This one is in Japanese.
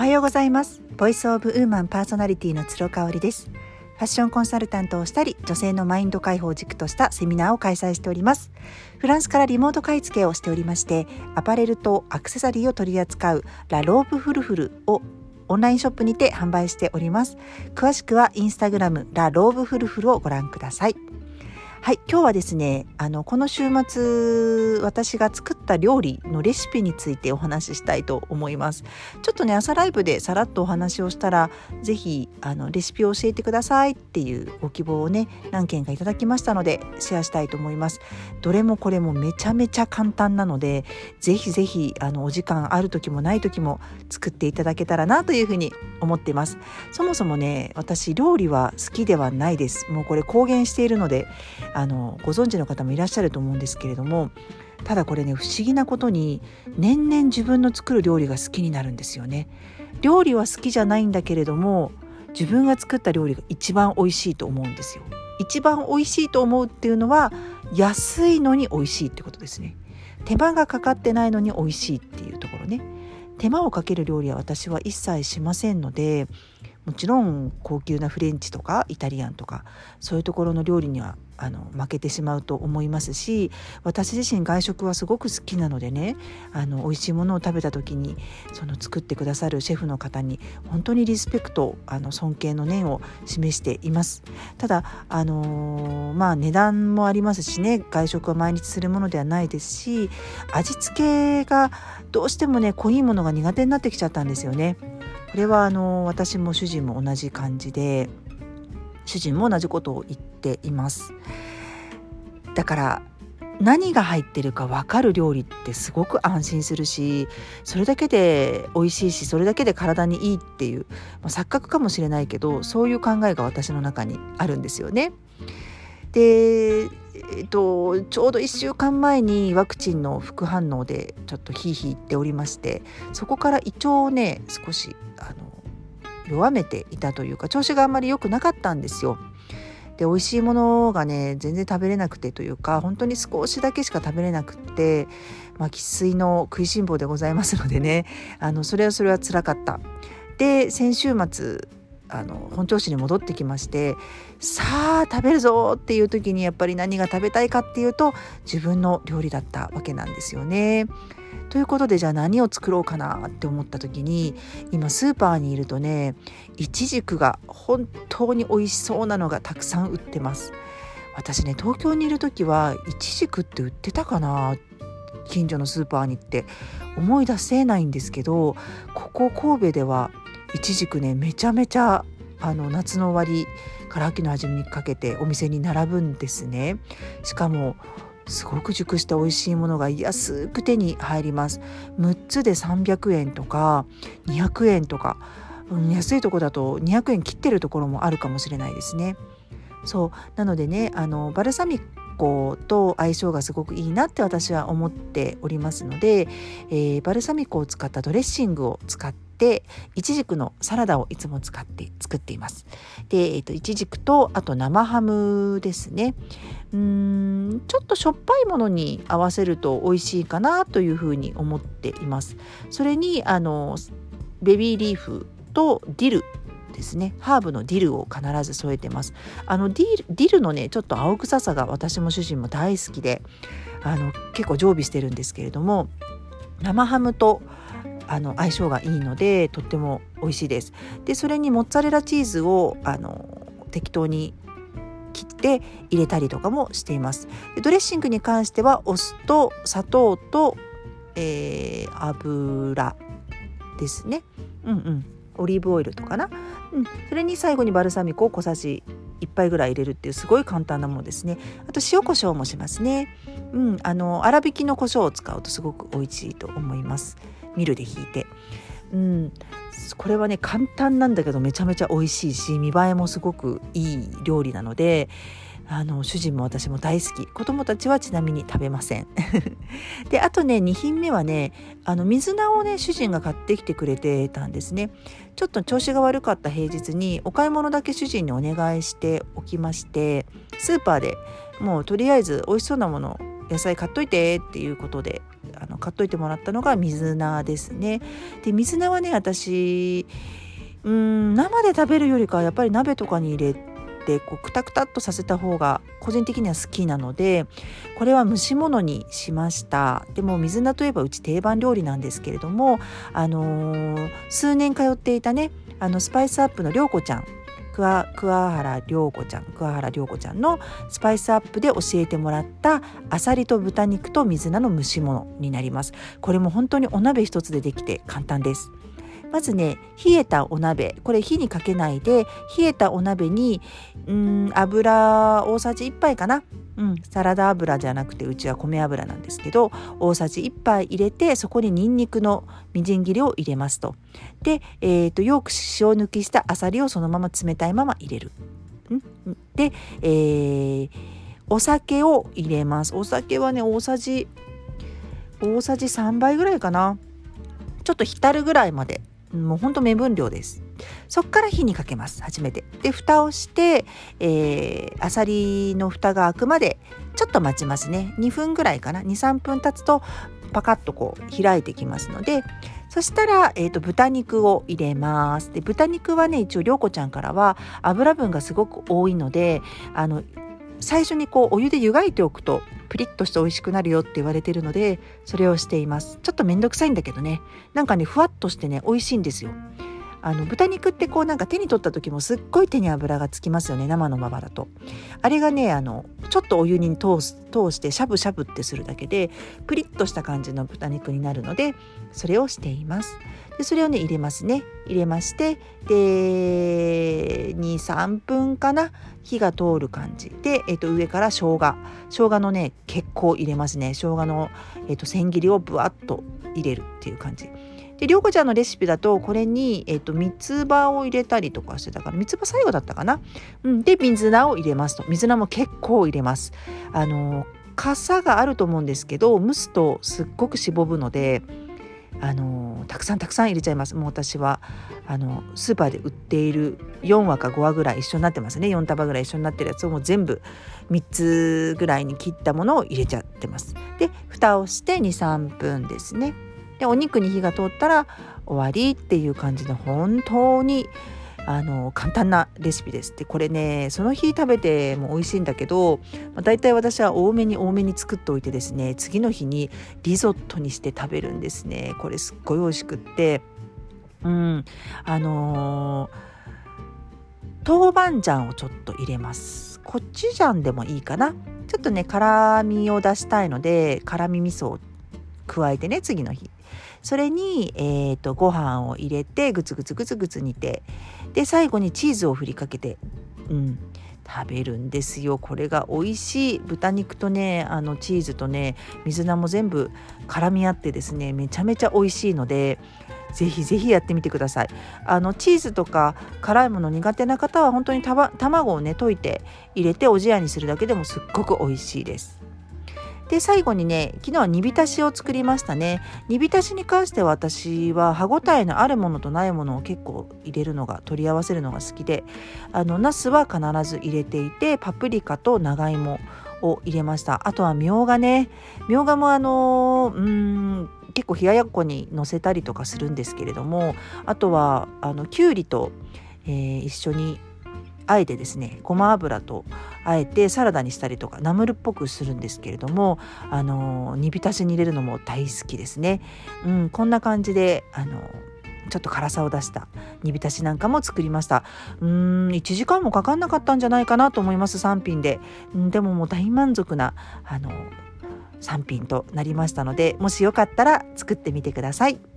はようございます。ボイスオブウーマンパーソナリティの鶴香織です。ファッションコンサルタントをしたり、女性のマインド解放軸としたセミナーを開催しております。フランスからリモート買い付けをしておりまして、アパレルとアクセサリーを取り扱うラローブフルフルをオンラインショップにて販売しております。詳しくはインスタグラムラローブフルフルをご覧ください。はい、今日はですね、この週末私が作った料理のレシピについてお話ししたいと思います。ちょっとね、朝ライブでさらっとお話をしたら、ぜひレシピを教えてくださいっていうご希望をね、何件かいただきましたのでシェアしたいと思います。どれもこれもめちゃめちゃ簡単なので、ぜひぜひお時間ある時もない時も作っていただけたらなというふうに思っています。そもそもね、私料理は好きではないです。もうこれ公言しているのでご存知の方もいらっしゃると思うんですけれども、ただこれね、不思議なことに年々自分の作る料理が好きになるんですよね。料理は好きじゃないんだけれども、自分が作った料理が一番美味しいと思うんですよ。一番美味しいと思うっていうのは、安いのに美味しいってことですね。手間がかかってないのに美味しいっていうところね。手間をかける料理は私は一切しませんので、もちろん高級なフレンチとかイタリアンとかそういうところの料理には負けてしまうと思いますし、私自身外食はすごく好きなのでね、美味しいものを食べた時に作ってくださるシェフの方に本当にリスペクト尊敬の念を示しています。ただ値段もありますしね、外食は毎日するものではないですし、味付けがどうしてもね、濃いものが苦手になってきちゃったんですよね。これは私も主人も同じ感じで、主人も同じことを言っています。だから何が入ってるか分かる料理ってすごく安心するし、それだけで美味しいし、それだけで体にいいっていう、錯覚かもしれないけど、そういう考えが私の中にあるんですよね。でちょうど1週間前にワクチンの副反応でちょっとヒーヒー言っておりまして、そこから胃腸をね少し弱めていたというか、調子があんまり良くなかったんですよ。で、美味しいものがね全然食べれなくてというか、本当に少しだけしか食べれなくって、生粋の食いしん坊でございますのでね、それは辛かった。で、先週末本調子に戻ってきまして、さあ食べるぞっていう時にやっぱり何が食べたいかっていうと、自分の料理だったわけなんですよね。ということで、じゃあ何を作ろうかなって思った時に、今スーパーにいるとね、イチジクが本当に美味しそうなのがたくさん売ってます。私ね、東京にいる時はイチジクって売ってたかな、近所のスーパーに行って思い出せないんですけど、ここ神戸ではイチジクね、めちゃめちゃ夏の終わりから秋の初めにかけてお店に並ぶんですね。しかもすごく熟した美味しいものが安く手に入ります。6つで300円とか200円とか、安いとこだと200円切ってるところもあるかもしれないですね。そうなのでね、バルサミコと相性がすごくいいなって私は思っておりますので、バルサミコを使ったドレッシングを使ってイチジクのサラダをいつも使って作っています。で、イチジクとあと生ハムですね。ちょっとしょっぱいものに合わせると美味しいかなというふうに思っています。それにベビーリーフとディルですね、ハーブのディルを必ず添えてます。ディルのねちょっと青臭さが私も主人も大好きで、結構常備してるんですけれども、生ハムと相性がいいのでとっても美味しいです。で、それにモッツァレラチーズを適当に切って入れたりとかもしています。で、ドレッシングに関してはお酢と砂糖と、油ですね。オリーブオイルとかな、それに最後にバルサミコを小さじ1杯ぐらい入れるっていうすごい簡単なものですね。あと塩コショウもしますね。粗挽きのコショウを使うとすごく美味しいと思います。ミルでひいて、これはね簡単なんだけどめちゃめちゃ美味しいし、見栄えもすごくいい料理なので、主人も私も大好き。子供たちはちなみに食べませんで、あとね2品目はね、水菜をね主人が買ってきてくれてたんですね。ちょっと調子が悪かった平日にお買い物だけ主人にお願いしておきまして、スーパーでもうとりあえず美味しそうなもの野菜買っといてっていうことで買っといてもらったのが水菜ですね。で水菜はね、私生で食べるよりかはやっぱり鍋とかに入れてクタクタっとさせた方が個人的には好きなので、これは蒸し物にしました。でも水菜といえばうち定番料理なんですけれども、数年通っていたねスパイスアップの涼子ちゃん、桑原涼子ちゃんのスパイスアップで教えてもらったあさりと豚肉と水菜の蒸し物になります。これも本当にお鍋一つでできて簡単です。まずね、冷えたお鍋、これ火にかけないで冷えたお鍋に油大さじ1杯かな、サラダ油じゃなくてうちは米油なんですけど、大さじ1杯入れてそこにニンニクのみじん切りを入れますと。で、よく塩抜きしたあさりをそのまま冷たいまま入れる。で、お酒を入れます。お酒はね大さじ3杯ぐらいかな、ちょっと浸るぐらいまで、もうほんと目分量です。そっから火にかけます。初めてで蓋をして、あさりの蓋が開くまでちょっと待ちますね。2分ぐらいかな、 2,3 分経つとパカッと開いてきますので、そしたら、豚肉を入れます。で豚肉はね、一応涼子ちゃんからは油分がすごく多いので、最初にお湯で湯がいておくとプリッとして美味しくなるよって言われているので、それをしています。ちょっとめんどくさいんだけどね、なんかねふわっとしてね美味しいんですよ。豚肉ってなんか手に取った時もすっごい手に油がつきますよね、生のままだと。あれがねちょっとお湯に通してしゃぶしゃぶってするだけでプリッとした感じの豚肉になるので、それをしています。でそれをね入れますね。入れまして、で 2,3 分かな、火が通る感じで、上から生姜のね結構入れますね。生姜の、千切りをぶわっと入れるっていう感じで、涼子ちゃんのレシピだとこれに、三つ葉を入れたりとかしてたから、三つ葉最後だったかな、で水菜を入れますと。水菜も結構入れます。傘があると思うんですけど、蒸すとすっごくしぼぶので、たくさん入れちゃいます。もう私はスーパーで売っている4話か5話ぐらい一緒になってますね。4束ぐらい一緒になってるやつをもう全部3つぐらいに切ったものを入れちゃってます。で蓋をして 2,3 分ですね。でお肉に火が通ったら終わりっていう感じの本当に簡単なレシピです。でこれねその日食べても美味しいんだけど、だいたい私は多めに作っておいてですね、次の日にリゾットにして食べるんですね。これすっごい美味しくって、豆板醤をちょっと入れます。コチュジャンでもいいかな。ちょっとね辛みを出したいので辛み味噌を加えてね、次の日それに、ご飯を入れてグツグツ煮て、で最後にチーズを振りかけて、食べるんですよ。これが美味しい。豚肉とねチーズとね水菜も全部絡み合ってですね、めちゃめちゃ美味しいのでぜひぜひやってみてください。チーズとか辛いもの苦手な方は本当に卵をね溶いて入れておじやにするだけでもすっごく美味しいです。で最後にね、昨日は煮浸しを作りましたね。煮浸しに関しては私は歯ごたえのあるものとないものを結構入れるのが、取り合わせるのが好きで、ナスは必ず入れていて、パプリカと長芋を入れました。あとはみょうがね、みょうがも結構冷ややっこに乗せたりとかするんですけれども、あとはきゅうりと、一緒にあえてですね、ごま油とあえてサラダにしたりとかナムルっぽくするんですけれども、煮浸しに入れるのも大好きですね。こんな感じでちょっと辛さを出した煮浸しなんかも作りました。1時間もかかんなかったんじゃないかなと思います、3品で。でももう大満足な3品となりましたので、もしよかったら作ってみてください。